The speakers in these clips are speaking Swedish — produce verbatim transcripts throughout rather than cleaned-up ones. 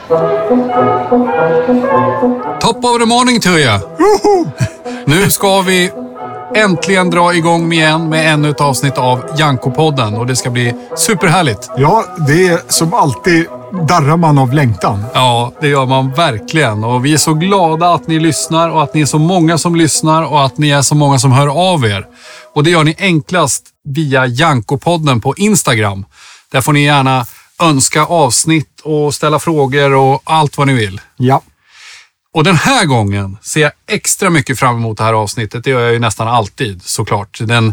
Top of the morning to you. Nu ska vi äntligen dra igång igen med ännu ett avsnitt av Janko-podden. Och det ska bli superhärligt. Ja, det är som alltid darrar man av längtan. Ja, det gör man verkligen. Och vi är så glada att ni lyssnar och att ni är så många som lyssnar och att ni är så många som hör av er. Och det gör ni enklast via Janko-podden på Instagram. Där får ni gärna önska avsnitt och ställa frågor och allt vad ni vill. Ja. Och den här gången ser jag extra mycket fram emot det här avsnittet. Det gör jag ju nästan alltid, såklart. Den,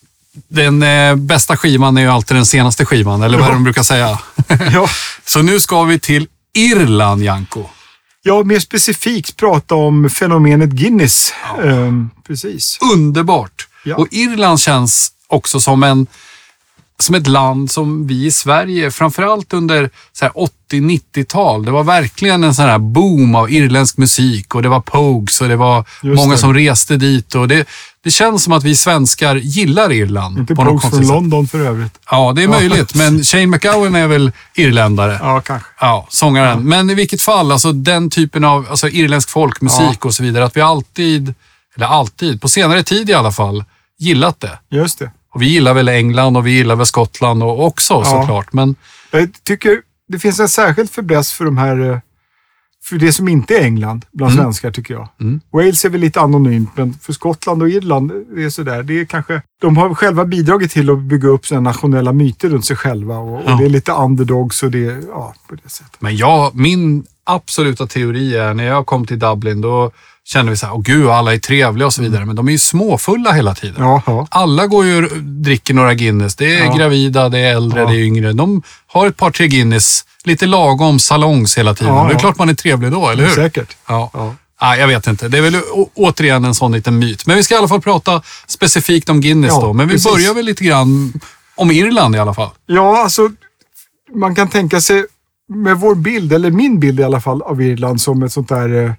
den eh, bästa skivan är ju alltid den senaste skivan, eller vad ja. de brukar säga. Ja. Så nu ska vi till Irland, Janko. Ja, mer specifikt prata om fenomenet Guinness. Ja. Ehm, precis. Underbart. Ja. Och Irland känns också som en... som ett land som vi i Sverige, framförallt under så här åttio-nittiotal, det var verkligen en sån här boom av irländsk musik och det var Pogues och det var Just många det. som reste dit och det, det känns som att vi svenskar gillar Irland. Inte på något Pogues från konstigt sätt. London för övrigt. Ja, det är Ja. möjligt, men Shane MacGowan är väl irländare. Ja, kanske. Ja, sångaren. Men i vilket fall, alltså den typen av alltså, irländsk folkmusik Ja. och så vidare, att vi alltid, eller alltid, på senare tid i alla fall, gillat det. Just det. Och vi gillar väl England och vi gillar väl Skottland och också Ja. såklart. Men Jag tycker det finns en särskild fäbless för de här, eh, för det som inte är England bland Mm. svenskar tycker jag. Mm. Wales är väl lite anonymt, men för Skottland och Irland det är sådär. Det är kanske, de har själva bidragit till att bygga upp sådana nationella myter runt sig själva och, Ja. och det är lite underdogs och det är, ja, på det sättet. Men jag, min absoluta teori är när jag kom till Dublin då kände vi så här, åh gud, alla är trevliga och så vidare. Men de är ju småfulla hela tiden. Ja, ja. Alla går ju och dricker några Guinness. Det är Ja. gravida, det är äldre, Ja. det är yngre. De har ett par tre Guinness, lite lagom salongs hela tiden. Ja, Och det är ja. klart man är trevlig då, eller hur? Säkert. Ja. Ja. Nej, jag vet inte. Det är väl å- återigen en sån liten myt. Men vi ska i alla fall prata specifikt om Guinness Ja, då. Men vi precis. börjar väl lite grann om Irland i alla fall. Ja, alltså man kan tänka sig med vår bild, eller min bild i alla fall, av Irland som ett sånt där eh,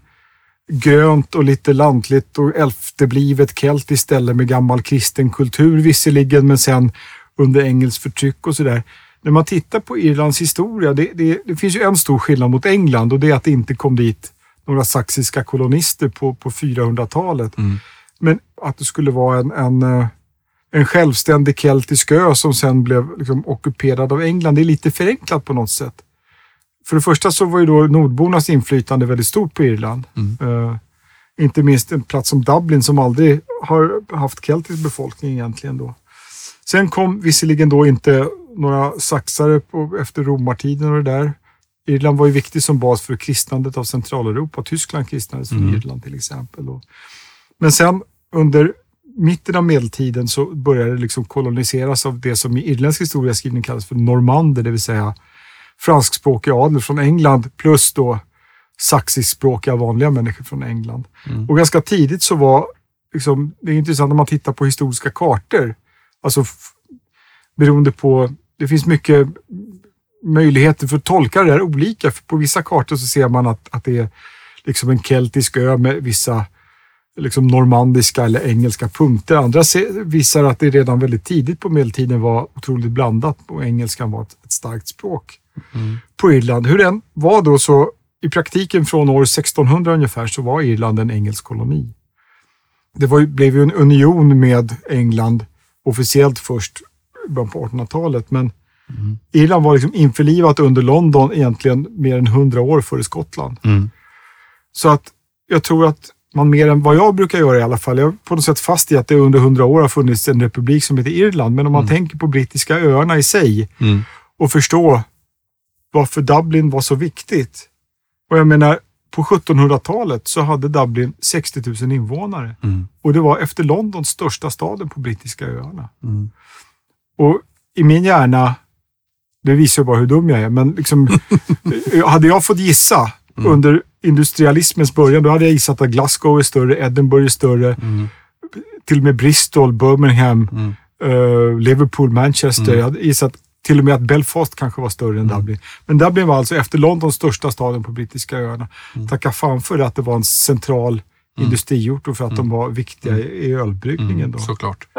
grönt och lite lantligt och efterblivet keltiskt ställe med gammal kristen kultur visserligen, men sen under engelskt förtryck och sådär. När man tittar på Irlands historia, det, det, det finns ju en stor skillnad mot England och det är att det inte kom dit några saxiska kolonister på, på fyrahundratalet. Mm. Men att det skulle vara en, en, eh, en självständig keltisk ö som sen blev liksom ockuperad av England, det är lite förenklat på något sätt. För det första så var ju då nordbornas inflytande väldigt stort på Irland. Mm. Uh, inte minst en plats som Dublin som aldrig har haft keltisk befolkning egentligen då. Sen kom visserligen då inte några saxare på, efter romartiden och det där. Irland var ju viktig som bas för kristnandet av Centraleuropa. Tyskland kristnades från Mm. Irland till exempel. Då. Men sen under mitten av medeltiden så började det liksom koloniseras av det som i irländsk historieskrivning kallas för normander, det vill säga franskspråkiga adel från England plus då saxiskspråkiga vanliga människor från England. Mm. Och ganska tidigt så var, liksom, det är intressant när man tittar på historiska kartor, alltså f- beroende på, det finns mycket möjligheter för att tolka det här olika. För på vissa kartor så ser man att, att det är liksom en keltisk ö med vissa liksom normandiska eller engelska punkter. Andra se, visar att det redan väldigt tidigt på medeltiden var otroligt blandat och engelskan var ett, ett starkt språk Mm. på Irland. Hur den var då så i praktiken från år sextonhundra ungefär så var Irland en engelsk koloni. Det var, blev ju en union med England officiellt först på artonhundratalet, men Mm. Irland var liksom införlivat under London egentligen mer än hundra år före Skottland. Mm. Så att jag tror att man mer än vad jag brukar göra i alla fall, jag är på något sätt fast i att det under hundra år har funnits en republik som heter Irland, men om man Mm. tänker på brittiska öarna i sig Mm. och förstå varför Dublin var så viktigt. Och jag menar, på sjuttonhundratalet så hade Dublin sextio tusen invånare. Mm. Och det var efter Londons största staden på brittiska öarna. Mm. Och i min hjärna, det visar ju bara hur dum jag är, men liksom, hade jag fått gissa Mm. under industrialismens början, då hade jag gissat att Glasgow är större, Edinburgh är större, Mm. till och med Bristol, Birmingham, Mm. uh, Liverpool, Manchester. Mm. Jag hade gissat till och med att Belfast kanske var större än Mm. Dublin. Men Dublin var alltså efter Londons största staden på brittiska öarna. Mm. Tacka fan för att det var en central Mm. industriort och för att Mm. de var viktiga Mm. i ölbryggningen. Mm. Då. Såklart.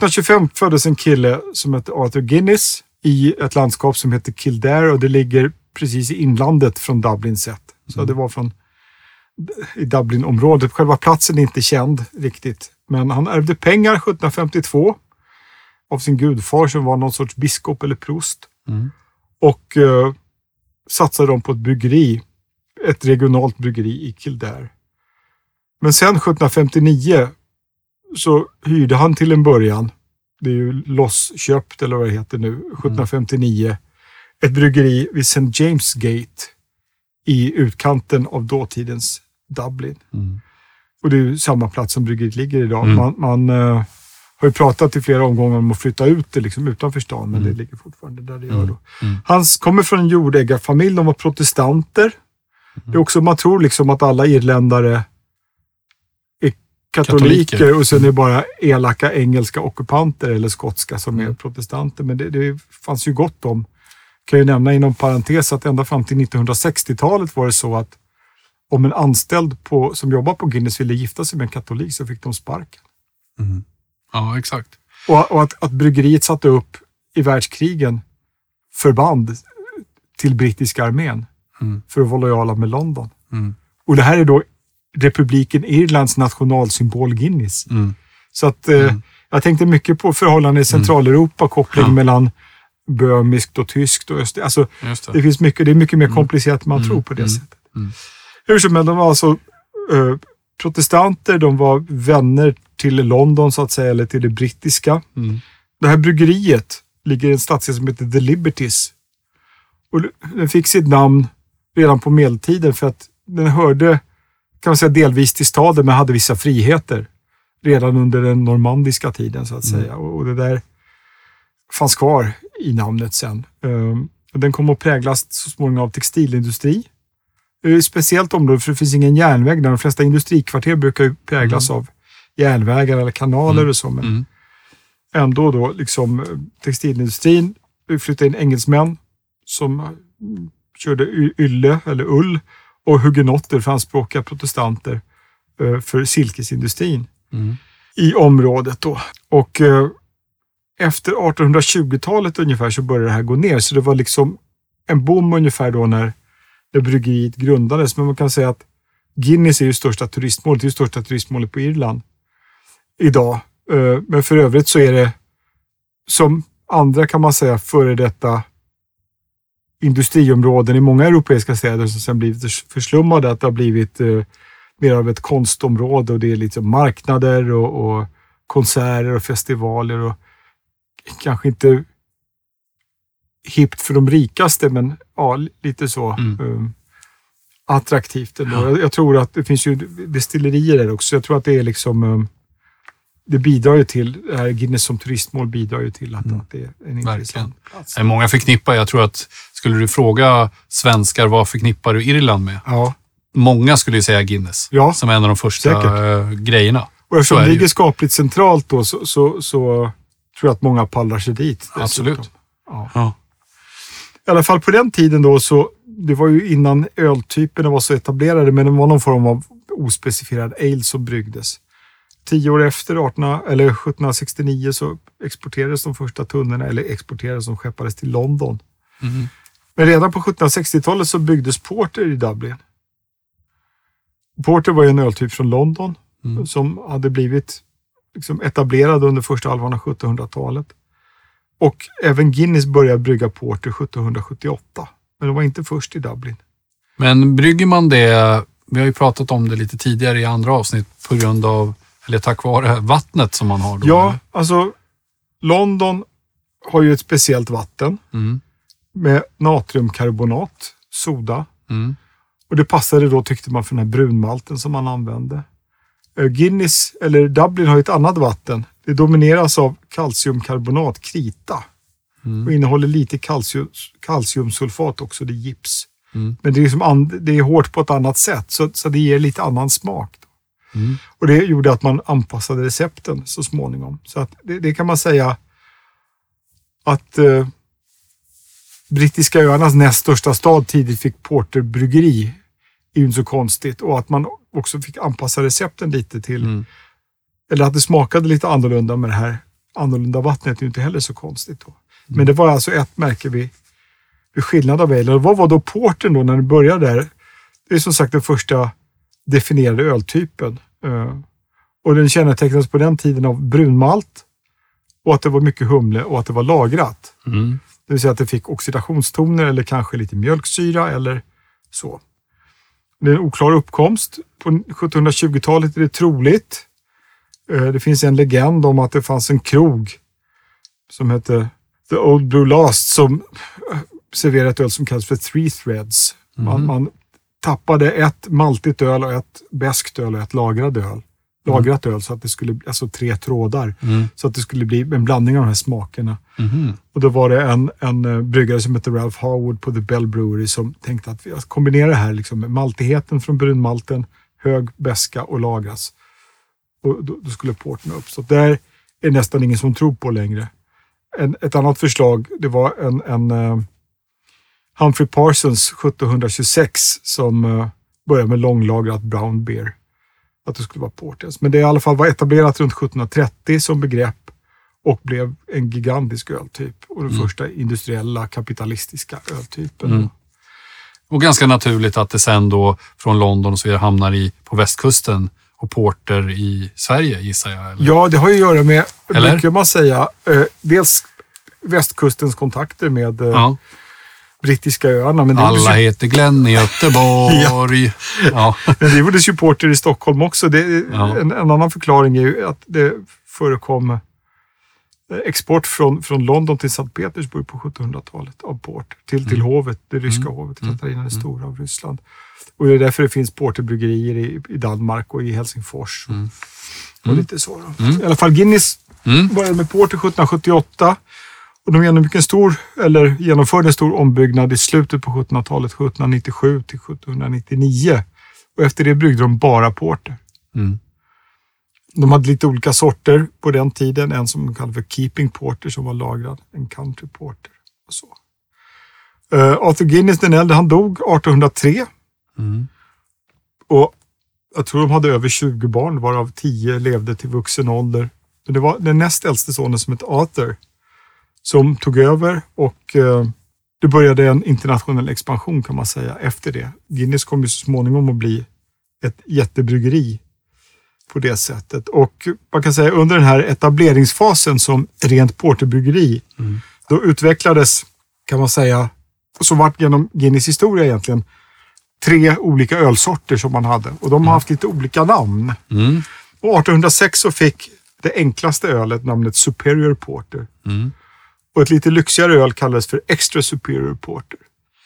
sjuttonhundratjugofem föddes en kille som heter Arthur Guinness i ett landskap som heter Kildare och det ligger precis i inlandet från Dublin sett. Så Mm. det var från i Dublinområdet. Själva platsen är inte känd riktigt. Men han ärvde pengar sjuttonhundrafemtiotvå av sin gudfar som var någon sorts biskop eller prost. Mm. Och eh, satsade dem på ett bryggeri. Ett regionalt bryggeri i Kildare. Men sen sjuttonhundrafemtionio så hyrde han till en början, det är ju lossköpt eller vad det heter nu, sjuttonhundrafemtionio, mm. ett bryggeri vid Saint James Gate i utkanten av dåtidens Dublin. Mm. Och det är ju samma plats som bryggeriet ligger idag. Mm. Man, man uh, har ju pratat i flera omgångar om att flytta ut det liksom utanför stan, men mm. det ligger fortfarande där det gör då. Mm. Han kommer från en jordägarfamilj, de var protestanter. Mm. Det är också, man tror liksom att alla irländare är katoliker, katoliker. Och sen är det bara elaka engelska ockupanter eller skotska som mm. är protestanter. Men det, det fanns ju gott om. Kan jag nämna inom parentes att ända fram till nittonhundrasextiotalet var det så att om en anställd på, som jobbar på Guinness ville gifta sig med en katolik så fick de sparken. Mm. Ja, exakt. Och, och att, att bryggeriet satte upp i världskrigen förband till brittiska armén mm. för att vara lojala med London. Mm. Och det här är då republiken Irlands nationalsymbol Guinness. Mm. Så att eh, mm. jag tänkte mycket på förhållanden i Centraleuropa, koppling ja. mellan böhmiskt och tyskt och öst. Alltså det. det finns mycket, det är mycket mer komplicerat än man mm. tror på det mm. sättet. Mm. Hur som helst, de var alltså eh, protestanter, de var vänner till London så att säga, eller till det brittiska. Mm. Det här bryggeriet ligger i en stadsdel som heter The Liberties. Och den fick sitt namn redan på medeltiden för att den hörde, kan man säga, delvis till staden men hade vissa friheter redan under den normandiska tiden så att säga. Mm. Och det där fanns kvar i namnet sen. Um, den kom att präglas så småningom av textilindustri. Det är ett speciellt område för det finns ingen järnväg där. De flesta industrikvarter brukar ju präglas mm. av järnvägar eller kanaler mm. och så. Men mm. ändå då liksom textilindustrin flyttade in engelsmän som körde ylle eller ull och hugenotter, franskspråkiga protestanter för silkesindustrin mm. i området då. Och efter artonhundratjugotalet ungefär så började det här gå ner. Så det var liksom en boom ungefär då när det bryggeriet grundades. Men man kan säga att Guinness är ju största turistmålet. Det är ju största turistmålet på Irland idag. Men för övrigt så är det som andra kan man säga före detta industriområden i många europeiska städer som sen blivit förslummade. Att det har blivit mer av ett konstområde och det är lite marknader och, och konserter och festivaler och kanske inte hippt för de rikaste, men ja, lite så mm. um, attraktivt ändå. Ja. Jag, jag tror att det finns ju destillerier där också. Jag tror att det är liksom um, det bidrar ju till, det här Guinness som turistmål bidrar ju till att, mm. att det är en intressant plats. Många förknippar, jag tror att skulle du fråga svenskar vad förknippar du Irland med? Ja. Många skulle ju säga Guinness ja. som en av de första Säkert. grejerna. Och eftersom det ligger skapligt centralt då så, så, så tror jag att många pallar sig dit. Absolut. Ja. Ja. I alla fall på den tiden då så, det var ju innan öltyperna var så etablerade, men det var någon form av ospecifierad ale som bryggdes. Tio år efter arton, eller sjuttonhundrasextionio så exporterades de första tunnorna, eller exporterades som skeppades till London. Mm. Men redan på sjuttonhundrasextiotalet så byggdes porter i Dublin. Porter var ju en öltyp från London mm. som hade blivit liksom etablerad under första halvan av sjuttonhundratalet. Och även Guinness började brygga porter sjuttonhundrasjuttioåtta. Men de var inte först i Dublin. Men brygger man det, vi har ju pratat om det lite tidigare i andra avsnitt på grund av, eller tack vare vattnet som man har då? Ja, alltså London har ju ett speciellt vatten mm. med natriumkarbonat, soda. Mm. Och det passade då, tyckte man, för den här brunmalten som man använde. Guinness, eller Dublin, har ju ett annat vatten. Det domineras av kalciumkarbonat, krita. Mm. Och innehåller lite kalcium, kalciumsulfat också, det är gips. Mm. Men det är, liksom and, det är hårt på ett annat sätt, så, så det ger lite annan smak. Mm. Och det gjorde att man anpassade recepten så småningom. Så att det, det kan man säga att eh, brittiska öarnas näst största stad tidigt fick porterbryggeri. Är ju inte så konstigt. Och att man också fick anpassa recepten lite till, mm. eller att det smakade lite annorlunda med det här annorlunda vattnet är ju inte heller så konstigt då. Mm. Men det var alltså ett märke vid, skillnad av ale. Vad var då porten då när den började där? Det är som sagt den första definierade öltypen. Och den kännetecknas på den tiden av brunmalt och att det var mycket humle och att det var lagrat. Mm. Det vill säga att det fick oxidationstoner eller kanske lite mjölksyra eller så. Det är en oklar uppkomst. På sjuttonhundratjugotalet är det troligt. Det finns en legend om att det fanns en krog som hette The Old Blue Last som serverade ett öl som kallas för Three Threads. Man, mm. man tappade ett maltigt öl och ett beskt öl och ett lagrat öl. Lagrat öl så att det skulle, alltså tre trådar. Mm. Så att det skulle bli en blandning av de här smakerna. Mm. Och då var det en, en bryggare som heter Ralph Harwood på The Bell Brewery som tänkte att vi kombinerar det här liksom med maltigheten från brunmalten, hög beska och lagras. Och då, då skulle porten upp. Så där är nästan ingen som tror på längre. En, ett annat förslag, det var en, en uh, Humphrey Parsons sjuttonhundratjugosex som uh, började med långlagrat brown beer. Att det skulle vara porters. Men det i alla fall var etablerat runt sjuttonhundratrettio som begrepp och blev en gigantisk öltyp. Och den mm. första industriella kapitalistiska öltypen. Mm. Och ganska naturligt att det sen då från London och så vidare hamnar i, på västkusten och porter i Sverige, gissar jag. Eller? Ja, det har ju att göra med, eller? Mycket man säga, eh, dels västkustens kontakter med eh, ja. brittiska öarna. Men det alla ju... heter Glenn i Göteborg. ja. Ja. Men det gjorde supporter i Stockholm också. Det, ja. en, en annan förklaring är ju att det förekom export från, från London till Sankt Petersburg på sjuttonhundratalet av porter. Till, mm. till hovet, det ryska mm. hovet, Katarina den stora av Ryssland. Och det är därför det finns porterbryggerier i, i Danmark och i Helsingfors. Mm. Och mm. lite så. Mm. I alla fall Guinness mm. började med porter sjuttonhundrasjuttioåtta. Och de genomgick en stor, eller genomförde en stor ombyggnad i slutet på sjuttonhundratalet, sjuttonhundranittiosju till sjuttonhundranittionio. Och efter det bryggde de bara porter. Mm. De hade lite olika sorter på den tiden. En som kallades för Keeping Porter som var lagrad. En Country Porter och så. Uh, Arthur Guinness den äldre, han dog artonhundratre. Mm. Och jag tror de hade över tjugo barn, varav tio levde till vuxen ålder. Det var den näst äldste sonen som hette Arthur som tog över och uh, det började en internationell expansion kan man säga efter det. Guinness kom ju så småningom att bli ett jättebryggeri på det sättet. Och man kan säga under den här etableringsfasen som rent porterbryggeri mm. då utvecklades, kan man säga, och så vart genom Guinness historia egentligen tre olika ölsorter som man hade. Och de har haft lite olika namn. Mm. Och artonhundrasex så fick det enklaste ölet namnet Superior Porter. Mm. Och ett lite lyxigare öl kallades för Extra Superior Porter.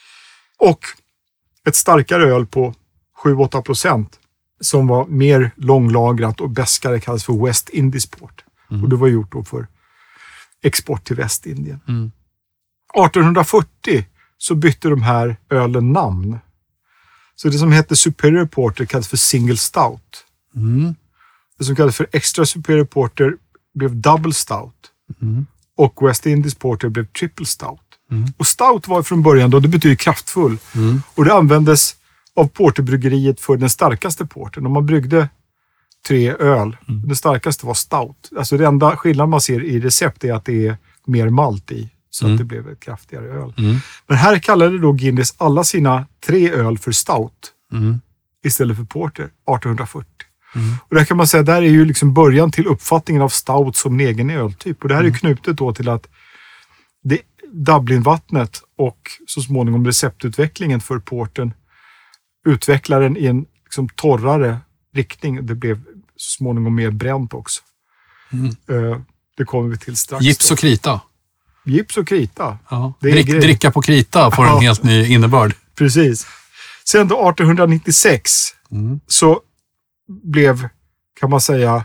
Och ett starkare öl på sju till åtta procent som var mer långlagrat och bäskare kallades för West Indies Porter. Mm. Och det var gjort då för export till Västindien. Mm. artonhundrafyrtio så bytte de här ölen namn. Så det som hette Superior Porter kallades för Single Stout. Mm. Det som kallades för Extra Superior Porter blev Double Stout. Mm. Och West Indies Porter blev Triple Stout. Mm. Och Stout var från början då, det betyder kraftfull. Mm. Och det användes av porterbryggeriet för den starkaste porten. Om man bryggde tre öl, mm. den starkaste var Stout. Alltså det enda skillnaden man ser i recept är att det är mer malt i. Så mm. att det blev ett kraftigare öl. Mm. Men här kallade då Guinness alla sina tre öl för Stout. Mm. Istället för porter, artonhundrafyrtio. Mm. Och där kan man säga, där är ju liksom början till uppfattningen av Stout som en egen öltyp. Och det här mm. är knutet då till att det Dublinvattnet och så småningom receptutvecklingen för porten utvecklar den i en liksom torrare riktning. Det blev så småningom mer bränt också. Mm. Det kommer vi till strax. Gips och krita. Gips och krita. Ja. Drick, dricka på krita får ja. en helt ny innebörd. Precis. Sen då artonhundranittiosex mm. så blev, kan man säga,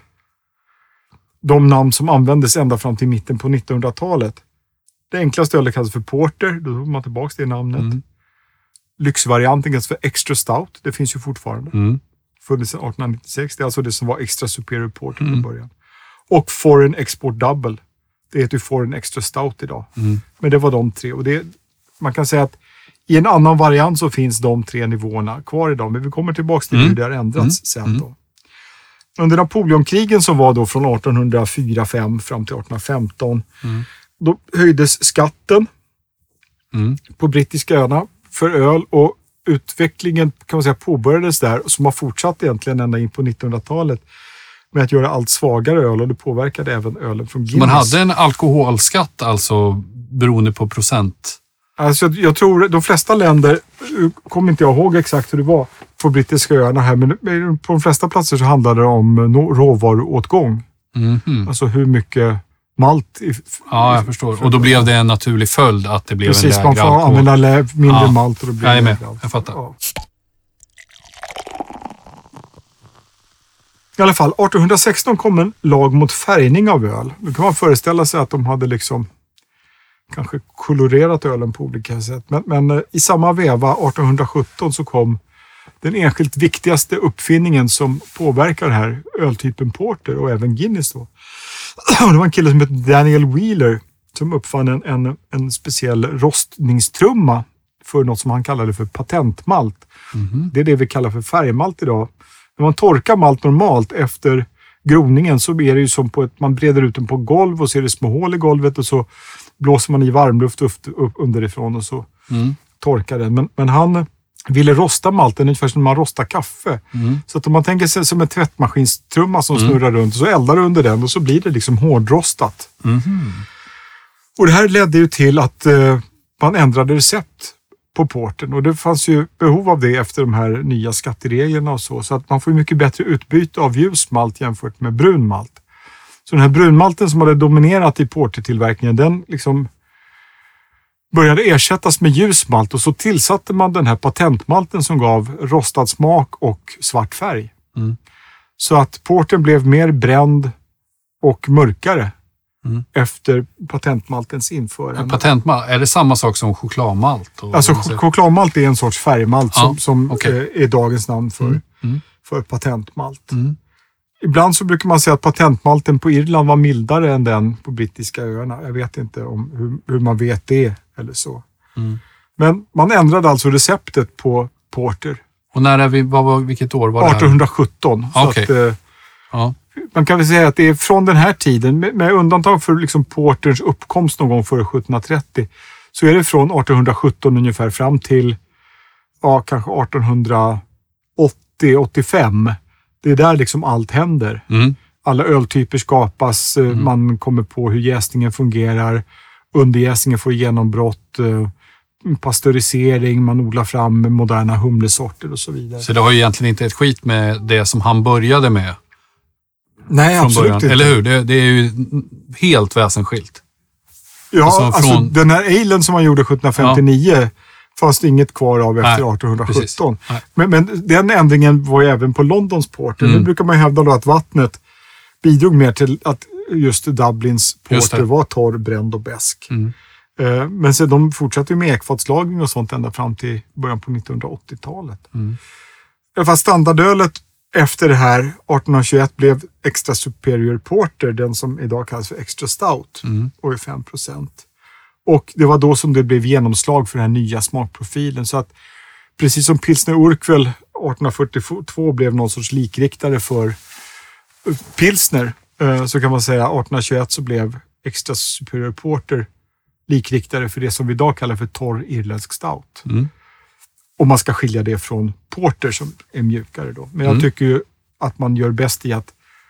de namn som användes ända fram till mitten på nittonhundratalet. Det enklaste ölet kallas för porter. Då tog man tillbaka det namnet. Mm. Lyxvarianten kallas för Extra Stout. Det finns ju fortfarande. Mm. Funnits sedan artonhundranittiosex. Det är alltså det som var Extra Superior Porter mm. på början. Och Foreign Export Double. Det heter ju Foreign Extra Stout idag. Mm. Men det var de tre. Och det, man kan säga att i en annan variant så finns de tre nivåerna kvar idag. Men vi kommer tillbaka till mm. hur det har ändrats mm. sen då. Under Napoleonkrigen som var då från artonhundrafyra fem fram till artonhundrafemton. Mm. Då höjdes skatten mm. på brittiska öarna för öl, och utvecklingen kan man säga påbörjades där, som har fortsatt egentligen ända in på nittonhundratalet med att göra allt svagare öl, och det påverkade även ölen från Guinness. Man hade en alkoholskatt alltså beroende på procent? Alltså jag tror de flesta länder, kommer inte jag ihåg exakt hur det var på brittiska öarna här, men på de flesta platser så handlade det om råvaruåtgång. Mm-hmm. Alltså hur mycket malt. I, ja, jag förstår. Och då blev det en naturlig följd att det blev precis, en lägre alkohol. Precis, man får använda lä- mindre ja. malt och då blir jag är det med. lägre allt. Jag fattar. Ja. I alla fall, arton sexton kom en lag mot färgning av öl. Då kan man föreställa sig att de hade liksom kanske kolorerat ölen på olika sätt. Men, men i samma veva, arton sjutton, så kom den enskilt viktigaste uppfinningen som påverkar den här öltypen porter och även Guinness då. Det var en kille som hette Daniel Wheeler som uppfann en, en, en speciell rostningstrumma för något som han kallade för patentmalt. Mm-hmm. Det är det vi kallar för färgmalt idag. När man torkar malt normalt efter groningen så är det ju som på ett, man breder ut den på golv och ser det små hål i golvet och så blåser man i varmluft upp, upp underifrån och så mm. torkar den. Men, men han ville rosta malten ungefär som man rostar kaffe. Mm. Så att om man tänker sig som en tvättmaskinstrumma som mm. snurrar runt, så eldar du under den och så blir det liksom hårdrostat. Mm. Och det här ledde ju till att eh, man ändrade recept på porten, och det fanns ju behov av det efter de här nya skattereglerna och så, så att man får mycket bättre utbyte av ljus malt jämfört med brun malt. Så den här brunmalten som hade dominerat i portertillverkningen, den liksom började ersättas med ljus malt, och så tillsatte man den här patentmalten som gav rostad smak och svart färg. Mm. Så att porten blev mer bränd och mörkare mm. efter patentmaltens införande. Patentmalt, är det samma sak som chokladmalt? Och alltså ch- chokladmalt är en sorts färgmalt ja, som, som okay. är dagens namn för, mm. Mm. för patentmalt. Mm. Ibland så brukar man säga att patentmalten på Irland var mildare än den på brittiska öarna. Jag vet inte om hur, hur man vet det eller så. Mm. Men man ändrade alltså receptet på porter. Och när är vi, vad var, vilket år var det här? arton sjutton. Så okay. att, eh, ja. Man kan väl säga att det är från den här tiden, med, med undantag för liksom porterns uppkomst någon gång före sjuttonhundratrettio, så är det från arton sjutton ungefär fram till ja, kanske arton åttio åttiofem. Det är där liksom allt händer. Mm. Alla öltyper skapas, mm. man kommer på hur jäsningen fungerar, underjäsningen får genombrott, pasteurisering, man odlar fram moderna humlesorter och så vidare. Så det har ju egentligen inte ett skit med det som han började med. Nej, från absolut början. inte. Eller hur? Det, det är ju helt väsensskilt. Ja, alltså, alltså från... den här alen som man gjorde sjuttonhundrafemtionio ja. fanns det inget kvar av efter Nej, arton sjutton. Nej. Men, men den ändringen var ju även på Londons porter. Mm. Nu brukar man hävda då att vattnet bidrog mer till att just Dublins porter var torr, bränd och besk. Mm. Men så de fortsatte ju med ekfatslagring och sånt ända fram till början på nittonhundraåttiotalet. Mm. I alla fall standardölet efter det här arton tjugoett blev Extra Superior Porter, den som idag kallas för Extra Stout, mm. och är fem procent. Och det var då som det blev genomslag för den här nya smakprofilen. Så att precis som Pilsner Urquell arton fyrtiotvå blev någon sorts likriktare för Pilsner, så kan man säga arton tjugoett så blev Extra Superior Porter likriktare för det som vi idag kallar för torr irländsk stout. Mm. Och man ska skilja det från porter som är mjukare då. Men jag mm. tycker ju att man gör bäst i att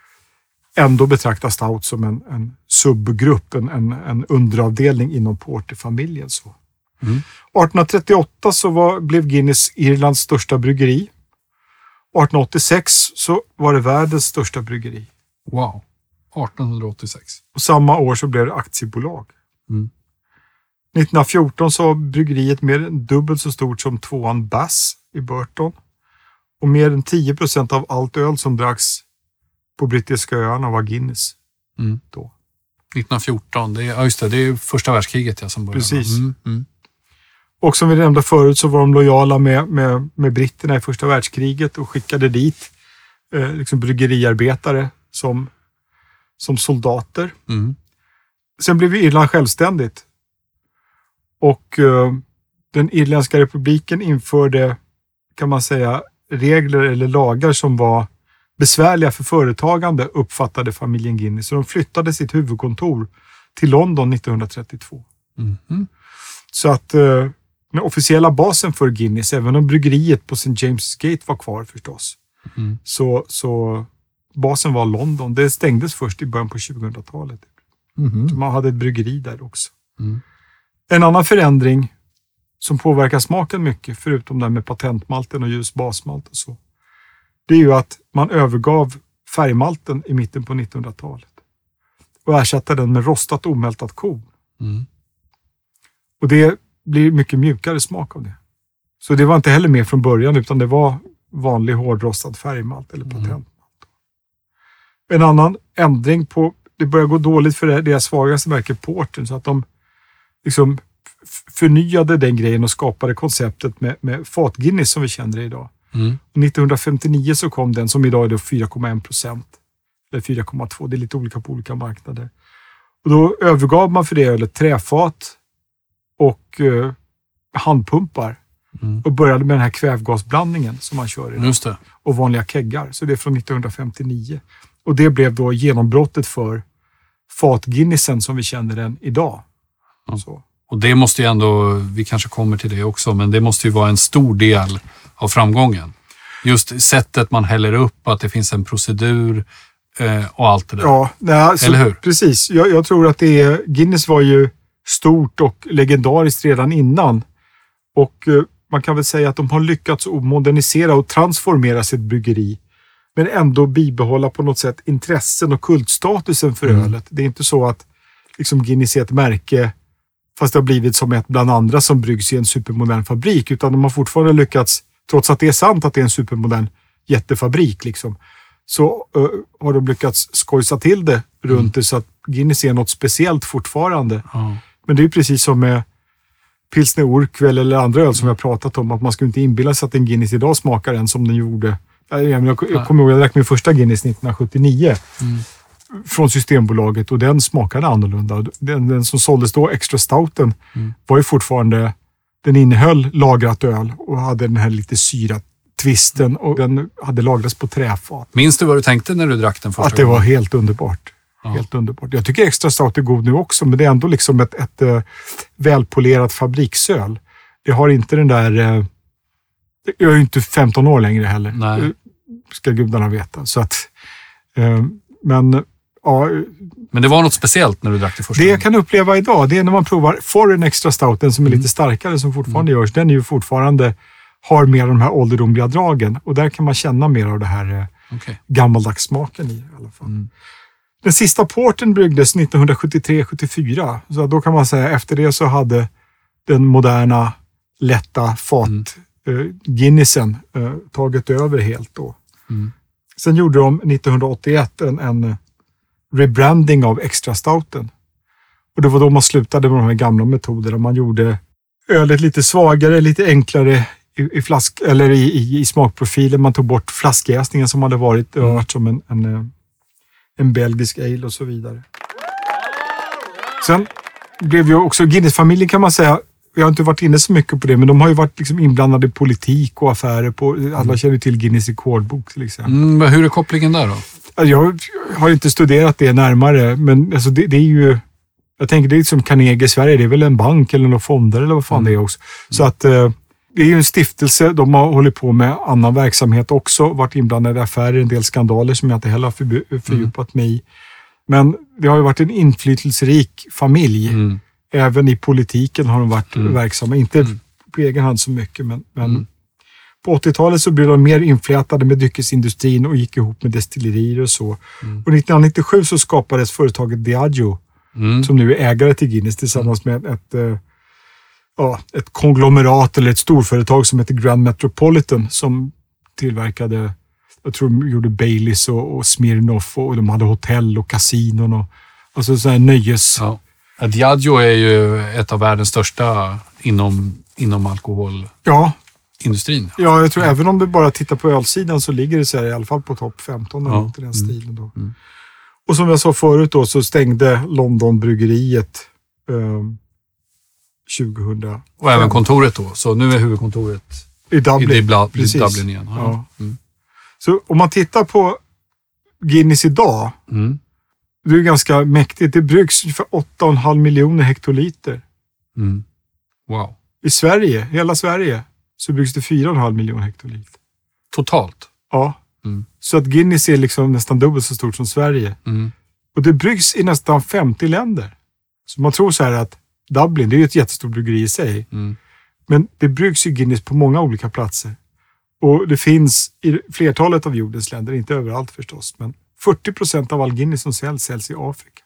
ändå betrakta stout som en, en subgrupp, en, en, en underavdelning inom porterfamiljen. Så. Mm. arton trettioåtta så var, blev Guinness Irlands största bryggeri. arton åttiosex så var det världens största bryggeri. Wow, arton åttiosex. Och samma år så blev det aktiebolag. Mm. nittonhundrafjorton så var bryggeriet mer än dubbelt så stort som tvåan Bass i Burton. Och mer än tio procent av allt öl som dracks på brittiska öarna var Guinness. Mm. Då. nittonhundrafjorton, det är, ja just det, det är första världskriget ja, som började. Precis. Mm. Mm. Och som vi nämnde förut så var de lojala med, med, med britterna i första världskriget och skickade dit eh, liksom bryggeriarbetare som, som soldater. Mm. Sen blev Irland självständigt. Och eh, den irländska republiken införde, kan man säga, regler eller lagar som var besvärliga för företagande, uppfattade familjen Guinness. Så de flyttade sitt huvudkontor till London nittonhundratrettiotvå. Mm. Så att eh, den officiella basen för Guinness, även om bryggeriet på Saint James Gate var kvar förstås, mm. så, så basen var London. Det stängdes först i början på tjugohundratalet. Mm. Så man hade ett bryggeri där också. Mm. En annan förändring som påverkar smaken mycket, förutom det med patentmalten och ljus basmalt och så, det är ju att man övergav färgmalten i mitten på nittonhundratalet och ersatte den med rostat omältat korn. Mm. Och det blir mycket mjukare smak av det. Så det var inte heller med från början, utan det var vanlig hårdrostad färgmalt eller patentmalt. Mm. En annan ändring på, det börjar gå dåligt för deras svagaste märke Porten, så att de liksom förnyade den grejen och skapade konceptet med, med fat-Guinness som vi känner det idag. Mm. nittonhundrafemtionio så kom den, som idag är då fyra komma en procent. Eller fyra komma två, det är lite olika på olika marknader. Och då övergav man för det ölet träfat och eh, handpumpar. Mm. Och började med den här kvävgasblandningen som man kör idag. Just det. Och vanliga keggar. Så det är från nittonhundrafemtionio. Och det blev då genombrottet för fat-Guinnessen som vi känner den idag. Ja. Så. Och det måste ju ändå, vi kanske kommer till det också, men det måste ju vara en stor del av framgången. Just sättet man häller upp, att det finns en procedur eh, och allt det där. Ja, nej, alltså, eller hur? Precis. Jag, jag tror att det är, Guinness var ju stort och legendariskt redan innan. Och eh, man kan väl säga att de har lyckats modernisera och transformera sitt bryggeri. Men ändå bibehålla på något sätt intressen och kultstatusen för mm. ölet. Det är inte så att liksom Guinness är ett märke, fast det har blivit som ett bland andra som bryggs i en supermodern fabrik, utan de har fortfarande lyckats, trots att det är sant att det är en supermodern jättefabrik liksom, så uh, har de lyckats skojsa till det mm. runt det, så att Guinness är något speciellt fortfarande. Mm. Men det är ju precis som med Pilsner Urquell eller andra öl som vi har pratat om, att man ska inte inbilla sig att en Guinness idag smakar en som den gjorde. Jag, jag, jag kommer ihåg, jag drack min första Guinness nittonhundrasjuttionio mm. från Systembolaget, och den smakade annorlunda. Den, den som såldes då, Extra Stouten, mm. var ju fortfarande, den innehöll lagrat öl och hade den här lite syra twisten, och den hade lagrats på träfat. Minns du vad du tänkte när du drack den första Att det gången? Var helt underbart. Ja. Helt underbart. Jag tycker Extra Stout är god nu också, men det är ändå liksom ett, ett, ett välpolerat fabriksöl. Det har inte den där... Jag är ju inte femton år längre heller. Nej. Ska gudarna veta. Så att... Men... Ja, men det var något speciellt när du drack det första Det jag kan uppleva idag, det är när man provar Foreign Extra Stouten som är mm. lite starkare, som fortfarande mm. görs. Den är ju fortfarande, har mer av de här ålderdomliga dragen. Och där kan man känna mer av det här okay. gammaldags smaken i, i alla fall. Mm. Den sista porten bryggdes nittonhundrasjuttiotre sjuttiofyra. Så då kan man säga, efter det så hade den moderna, lätta fat mm. uh, Guinnessen uh, tagit över helt då. Mm. Sen gjorde de nittonhundraåttioett en, en rebranding av Extra Stouten. Och det var då man slutade med de här gamla metoderna. Man gjorde ölet lite svagare, lite enklare i, i, flask, eller i, i, i smakprofilen. Man tog bort flaskjäsningen som hade varit, mm. varit som en, en, en belgisk ale och så vidare. Sen blev ju också Guinness-familjen, kan man säga, jag har inte varit inne så mycket på det, men de har ju varit liksom inblandade i politik och affärer. På, alla mm. känner till Guinness rekordbok till exempel. Mm, men hur är kopplingen där då? Jag har inte studerat det närmare, men alltså det, det är ju, jag tänker det är som Carnegie i Sverige, det är väl en bank eller några fonder eller vad fan mm. det är också. Så mm. att eh, det är ju en stiftelse, de har hållit på med annan verksamhet också, varit inblandade i affärer, en del skandaler som jag inte heller har förby- fördjupat mm. mig i. Men det har ju varit en inflytelserik familj. Mm. Även i politiken har de varit mm. verksamma, inte mm. på egen hand så mycket, men, men mm. på åttiotalet så blev de mer inflätade med dryckesindustrin och gick ihop med destillerier och så. Mm. Och nittonhundranittiosju så skapades företaget Diageo mm. som nu är ägare till Guinness tillsammans med ett, ett, ja, ett konglomerat eller ett storföretag som heter Grand Metropolitan som tillverkade, jag tror de gjorde Baileys och, och Smirnoff, och de hade hotell och kasinon och alltså så här nöjes... Ja. Diageo är ju ett av världens största inom, inom alkohol. Ja. Industrin. Ja, jag tror ja. även om du bara tittar på ölsidan så ligger det så här, i alla fall på topp femton eller ja. något i den stilen då. Mm. Och som jag sa förut då så stängde Londonbryggeriet eh, tjugohundra. Och även kontoret då. Så nu är huvudkontoret i Dublin, i Dubla, Dublin igen. Ja. Ja. Mm. Så om man tittar på Guinness idag, mm. det är ganska mäktigt. Det bryggs för åtta komma fem miljoner hektoliter. Mm. Wow. I Sverige, hela Sverige, så byggs det fyra komma fem miljoner hektoliter. Totalt? Ja. Mm. Så att Guinness är liksom nästan dubbelt så stort som Sverige. Mm. Och det bryggs i nästan femtio länder. Så man tror så här att Dublin, det är ju ett jättestort bryggeri i sig. Mm. Men det bryggs ju Guinness på många olika platser. Och det finns i flertalet av jordens länder, inte överallt förstås, men fyrtio procent av all Guinness som säljs säljs i Afrika.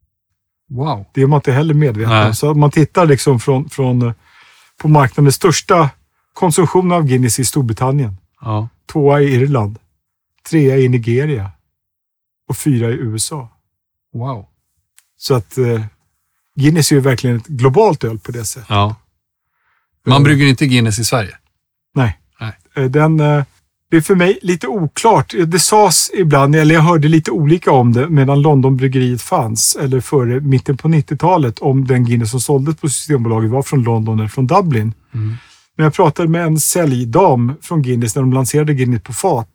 Wow. Det är man inte heller medveten om. Så om man tittar liksom från, från på marknaden, största konsumtionen av Guinness i Storbritannien. Ja. Tvåa i Irland. Trea i Nigeria. Och fyra i U S A. Wow. Så att eh, Guinness är ju verkligen ett globalt öl på det sättet. Ja. Man brygger inte Guinness i Sverige? Nej. Nej. Den, det är för mig lite oklart. Det sades ibland, eller jag hörde lite olika om det medan Londonbryggeriet fanns, eller före mitten på nittiotalet, om den Guinness som såldes på Systembolaget var från London eller från Dublin. Mm. Men jag pratade med en säljdam från Guinness när de lanserade Guinness på fat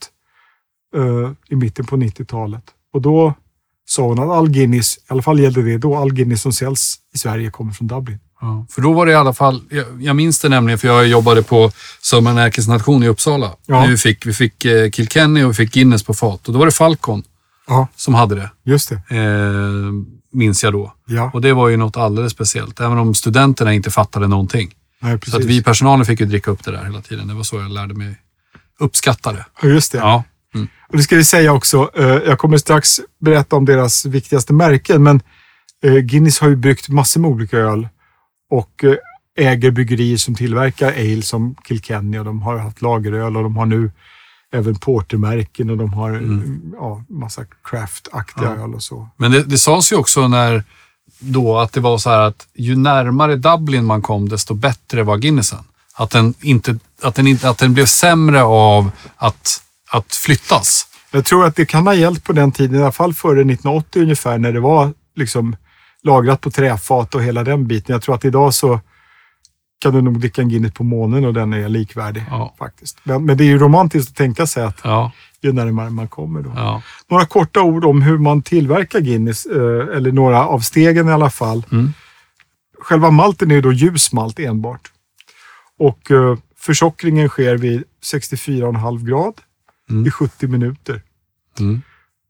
uh, i mitten på nittiotalet. Och då sa hon att all Guinness, i alla fall gällde det då, all Guinness som säljs i Sverige kommer från Dublin. Ja, för då var det i alla fall, jag, jag minns det nämligen för jag jobbade på Södermanärkes nation i Uppsala. Ja. Vi fick, vi fick eh, Kilkenny och vi fick Guinness på fat. Och då var det Falcon ja. som hade det. Just det. Eh, minns jag då. Ja. Och det var ju något alldeles speciellt. Även om studenterna inte fattade någonting. Nej, precis. Så att vi i personalen fick ju dricka upp det där hela tiden. Det var så jag lärde mig uppskatta det. Ja, just det. Ja. Mm. Och det ska vi säga också, eh, jag kommer strax berätta om deras viktigaste märken, men eh, Guinness har ju bryggt massor med olika öl och eh, äger bryggerier som tillverkar ale som Kilkenny, och de har haft lageröl och de har nu även portermärken och de har mm. ja, massa craft-aktiga ja. öl och så. Men det, det sades ju också när då att det var så här att ju närmare Dublin man kom desto bättre var Guinnessen. Att den inte, att den inte, att den blev sämre av att att flyttas. Jag tror att det kan ha hjälpt på den tiden, i alla fall före nittonhundraåttio ungefär, när det var liksom lagrat på träfat och hela den biten. Jag tror att idag så kan du nog dricka en Guinness på månen och den är likvärdig ja. faktiskt. Men, men det är ju romantiskt att tänka sig att ja. ju närmare man kommer då. Ja. Några korta ord om hur man tillverkar Guinness, eh, eller några av stegen i alla fall. Mm. Själva malten är ju då ljusmalt enbart. Och eh, försockringen sker vid sextiofyra komma fem grad. Mm. I sjuttio minuter. Mm.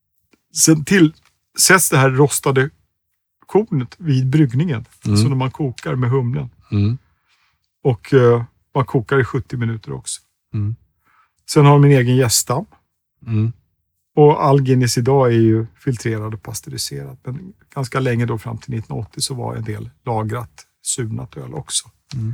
Sen tillsätts det här rostade kornet vid bryggningen. Mm. Så när man kokar med humlen. Mm. Och uh, man kokar i sjuttio minuter också. Mm. Sen har min egen jäststam. Mm. Och all Guinness idag är ju filtrerad och pasteuriserad. Men ganska länge då fram till nittonhundraåttio så var en del lagrat, surnat öl också. Mm.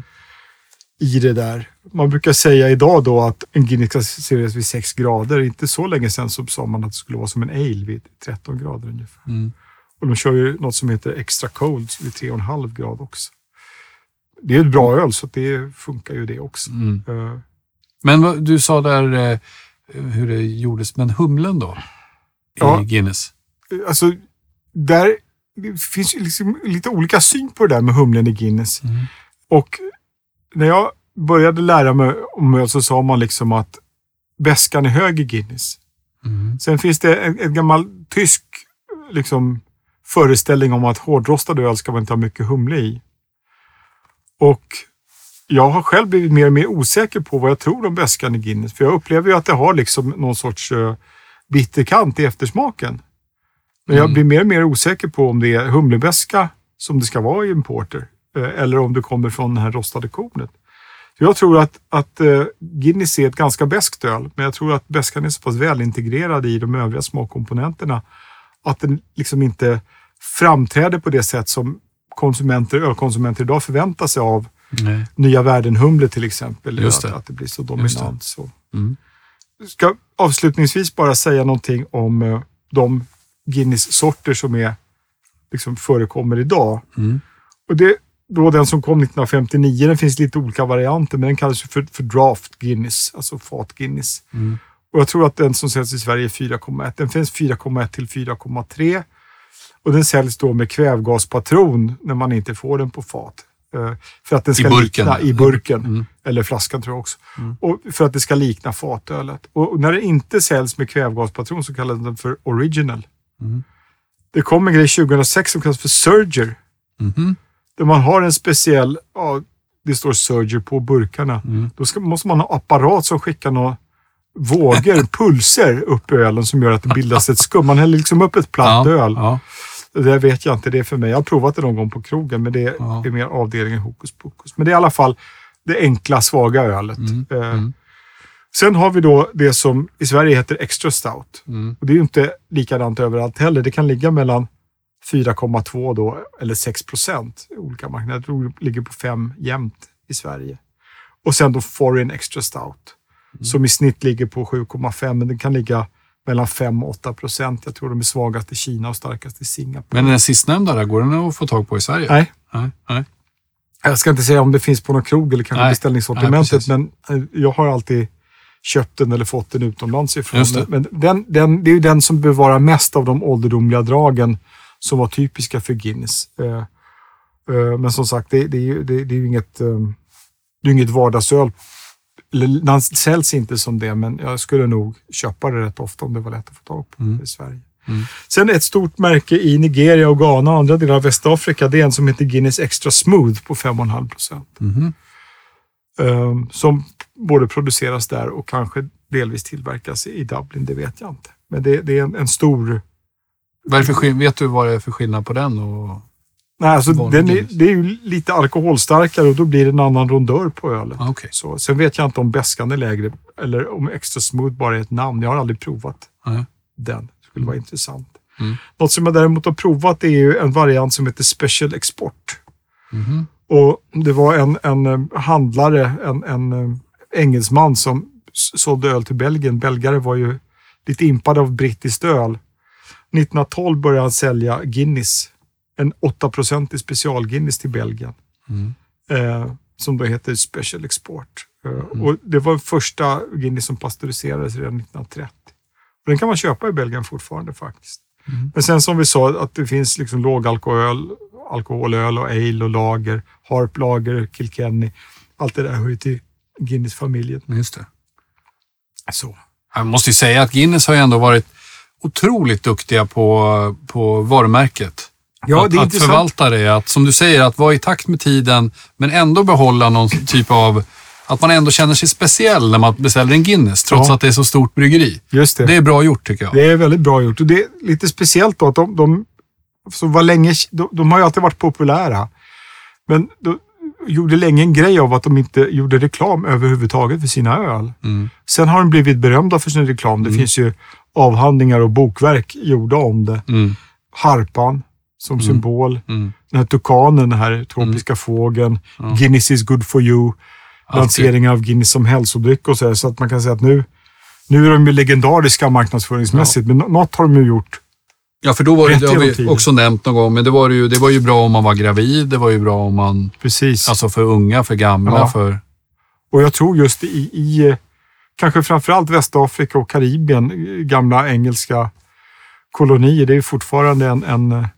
I det där. Man brukar säga idag då att en Guinness ska serveras vid sex grader. Inte så länge sedan så sa man att det skulle vara som en ale vid tretton grader ungefär. Mm. Och de kör ju något som heter extra cold vid tre komma fem grad också. Det är ett bra öl så det funkar ju det också. Mm. Uh, men du sa där eh, hur det gjordes, men humlen då? I ja, Guinness? Alltså, där det finns ju liksom lite olika syn på det där med humlen i Guinness. Mm. Och när jag började lära mig om öl så sa man liksom att bäskan är hög i Guinness. Mm. Sen finns det en, en gammal tysk liksom, föreställning om att hårdrostad öl ska man inte ha mycket humle i. Och jag har själv blivit mer och mer osäker på vad jag tror om bäskan i Guinness. För jag upplever ju att det har liksom någon sorts uh, bitterkant i eftersmaken. Men mm. jag blir mer och mer osäker på om det är humlebäska som det ska vara i en porter. Eller om det kommer från det här rostade kornet. Så jag tror att, att uh, Guinness är ett ganska bäskt öl. Men jag tror att bäskan är så pass väl integrerad i de övriga smakkomponenterna. Att den liksom inte framträder på det sätt som konsumenter, ölkonsumenter idag förväntar sig av Nej. nya världen-humle till exempel. Just det. Att, att det blir så dominant. Så. Mm. Jag ska avslutningsvis bara säga någonting om uh, de Guinness-sorter som är, liksom, förekommer idag. Mm. Och det då den som kom nittonhundrafemtionio, den finns lite olika varianter, men den kallas för, för draft Guinness, alltså fat Guinness. Mm. Och jag tror att den som säljs i Sverige är fyra komma ett. Den finns fyra komma ett till fyra komma tre. Och den säljs då med kvävgaspatron när man inte får den på fat. För att den ska I burken. likna i burken. Mm. Eller flaskan tror jag också. Mm. Och för att det ska likna fatölet. Och när det inte säljs med kvävgaspatron så kallas den för original. Mm. Det kom en grej tjugohundrasex som kallas för Surger. Mm. Där man har en speciell, ja, det står Surger på burkarna. Mm. Då ska, måste man ha apparat som skickar några vågor, pulser upp i ölen som gör att det bildas ett skum. Man häller liksom upp ett platt ja, öl. Ja. Det vet jag inte, det är för mig. Jag har provat det någon gång på krogen, men det är, Ja. är mer avdelningen hokus pokus. Men det är i alla fall det enkla, svaga ölet. Mm. Eh, Mm. Sen har vi då det som i Sverige heter extra stout. Mm. Och det är ju inte likadant överallt heller. Det kan ligga mellan fyra komma två då, eller sex procent i olika marknader. Jag tror det ligger på fem jämnt i Sverige. Och sen då foreign extra stout. Mm. Som i snitt ligger på sju komma fem, men det kan ligga mellan fem och åtta procent. Jag tror de är svagast i Kina och starkast i Singapore. Men den sistnämnda där, går den att få tag på i Sverige? Nej. Nej. Nej. Jag ska inte säga om det finns på någon krog eller kanske Nej. beställningssortimentet, Nej, men jag har alltid köpt den eller fått den utomlands ifrån. Just det. Men den, den, det är ju den som bevarar mest av de ålderdomliga dragen som var typiska för Guinness. Eh, eh, men som sagt, det, det, är, ju, det, det är ju inget, eh, det är inget vardagsöl. Eller, den säljs inte som det, men jag skulle nog köpa det rätt ofta om det var lätt att få tag på Mm. i Sverige. Mm. Sen ett stort märke i Nigeria och Ghana och andra delar av Västafrika, det är en som heter Guinness Extra Smooth på fem komma fem procent. Mm. Um, som både produceras där och kanske delvis tillverkas i Dublin, det vet jag inte. Men det, det är en, en stor... Vad är det för skill- vet du vad det är för skillnad på den? Och... Nej, alltså vanlig den är, Guinness? det är ju lite alkoholstarkare och då blir det en annan rondör på ölen. Ah, okay. Så, sen vet jag inte om bäskan är lägre eller om Extra Smooth bara är ett namn. Jag har aldrig provat Nej. den. Det skulle vara intressant. Mm. Något som jag däremot har provat är ju en variant som heter Special Export. Mm. Och det var en, en handlare, en, en engelsman som sålde öl till Belgien. Belgare var ju lite impade av brittiskt öl. nittonhundratolv började han sälja Guinness. En åtta procent special Guinness till Belgien. Mm. Eh, som då heter Special Export. Eh, Mm. Och det var den första Guinness som pasteuriserades redan nittonhundratrettio. Och den kan man köpa i Belgien fortfarande faktiskt. Mm. Men sen som vi sa att det finns liksom lågalkohol, alkoholöl och ale och lager, harplager, Kilkenny. Allt det där hör ju till Guinness-familjen. Just det. Så. Jag måste ju säga att Guinness har ju ändå varit otroligt duktiga på, på varumärket. Ja, att, det är att intressant. förvalta det, att som du säger, att vara i takt med tiden men ändå behålla någon typ av, att man ändå känner sig speciell när man beställer en Guinness trots Ja. att det är så stort bryggeri. Just det. Det är bra gjort tycker jag. Det är väldigt bra gjort. Och det är lite speciellt då att de, de, så var länge, de, de har ju alltid varit populära. Men de gjorde länge en grej av att de inte gjorde reklam överhuvudtaget för sina öl. Mm. Sen har de blivit berömda för sin reklam. Det Mm. finns ju avhandlingar och bokverk gjorda om det. Mm. Harpan som Mm. symbol. Mm. Den här tukanen, den här tropiska fågeln. Ja. Guinness is good for you. Lanseringen av Guinness som hälsodryck och så här. Så att man kan säga att nu, nu är de ju legendariska marknadsföringsmässigt. Men något har de ju gjort. Ja, för då var det, Rätt det har genom vi tiden. också nämnt någon gång, men det var, ju, det var ju bra om man var gravid, det var ju bra om man, Precis. alltså för unga, för gamla, Ja. för... Och jag tror just i, i eh, kanske framförallt Västafrika och Karibien, eh, gamla engelska kolonier, det är fortfarande en, en, eh,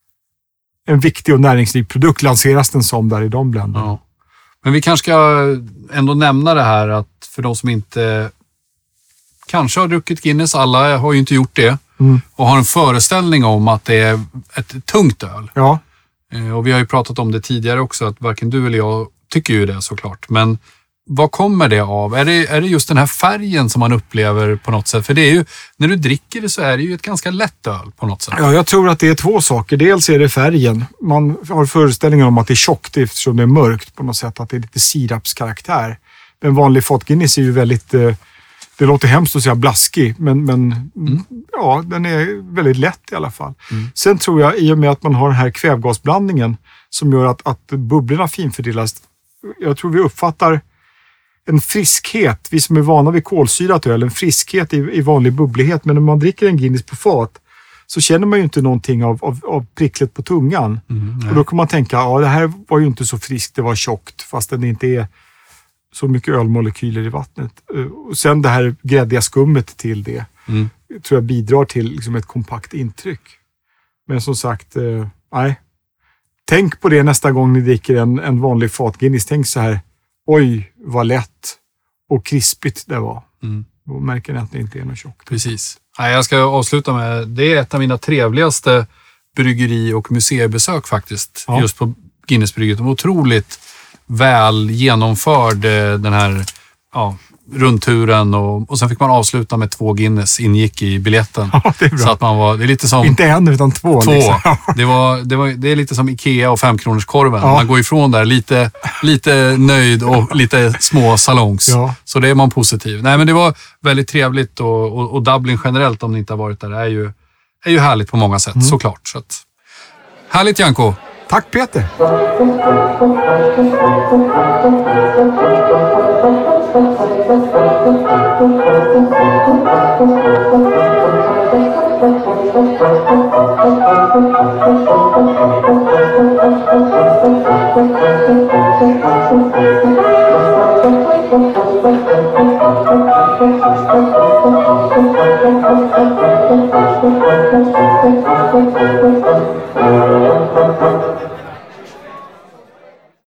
en viktig och näringsrik produkt. Lanseras den som där i de länderna. Ja. Men vi kanske ska ändå nämna det här att för de som inte kanske har druckit Guinness, alla har ju inte gjort det, Mm. och har en föreställning om att det är ett tungt öl. Ja, Eh, Och vi har ju pratat om det tidigare också, att varken du eller jag tycker ju det såklart. Men vad kommer det av? Är det, är det just den här färgen som man upplever på något sätt? För det är ju, när du dricker det så är det ju ett ganska lätt öl på något sätt. ja, jag tror att det är två saker. Dels är det färgen. Man har föreställningen om att det är tjockt eftersom det är mörkt på något sätt. Att det är lite sirapskaraktär. Men vanlig fat-Guinness är ju väldigt... Eh, det låter hemskt att säga blaskig, men, men Mm. ja, den är väldigt lätt i alla fall. Mm. Sen tror jag, i och med att man har den här kvävgasblandningen som gör att, att bubblorna finfördelas. Jag tror vi uppfattar en friskhet, vi som är vana vid kolsyrat öl, en friskhet i, i vanlig bubblighet. Men när man dricker en Guinness på fat så känner man ju inte någonting av, av, av pricklet på tungan. Mm, nej. Och då kan man tänka, ja det här var ju inte så friskt, det var tjockt, fast det inte är så mycket ölmolekyler i vattnet. Och sen det här gräddiga skummet till det Mm. tror jag bidrar till liksom ett kompakt intryck. Men som sagt, eh, nej. Tänk på det nästa gång ni dricker en, en vanlig fat-Guinness. Tänk så här, oj vad lätt och krispigt det var. Mm. Då märker ni att det inte är något tjockt. Precis. Nej, jag ska avsluta med, det är ett av mina trevligaste bryggeri- och museibesök faktiskt. Ja. Just på Guinnessbrygget. De var otroligt väl genomförd eh, den här ja, rundturen och, och sen fick man avsluta med två Guinness ingick i biljetten. Ja, det är bra. Så att man var, det är lite som... Inte en utan två. Två. Liksom. Det, var, det, var, det är lite som Ikea och femkronorskorven. Ja. Man går ifrån där lite, lite nöjd och lite små salongs. Ja. Så det är man positiv. Nej, men det var väldigt trevligt och, och, och Dublin generellt, om ni inte har varit där, är ju, är ju härligt på många sätt, mm. såklart. Så att, härligt, Janko. Tack, Peter.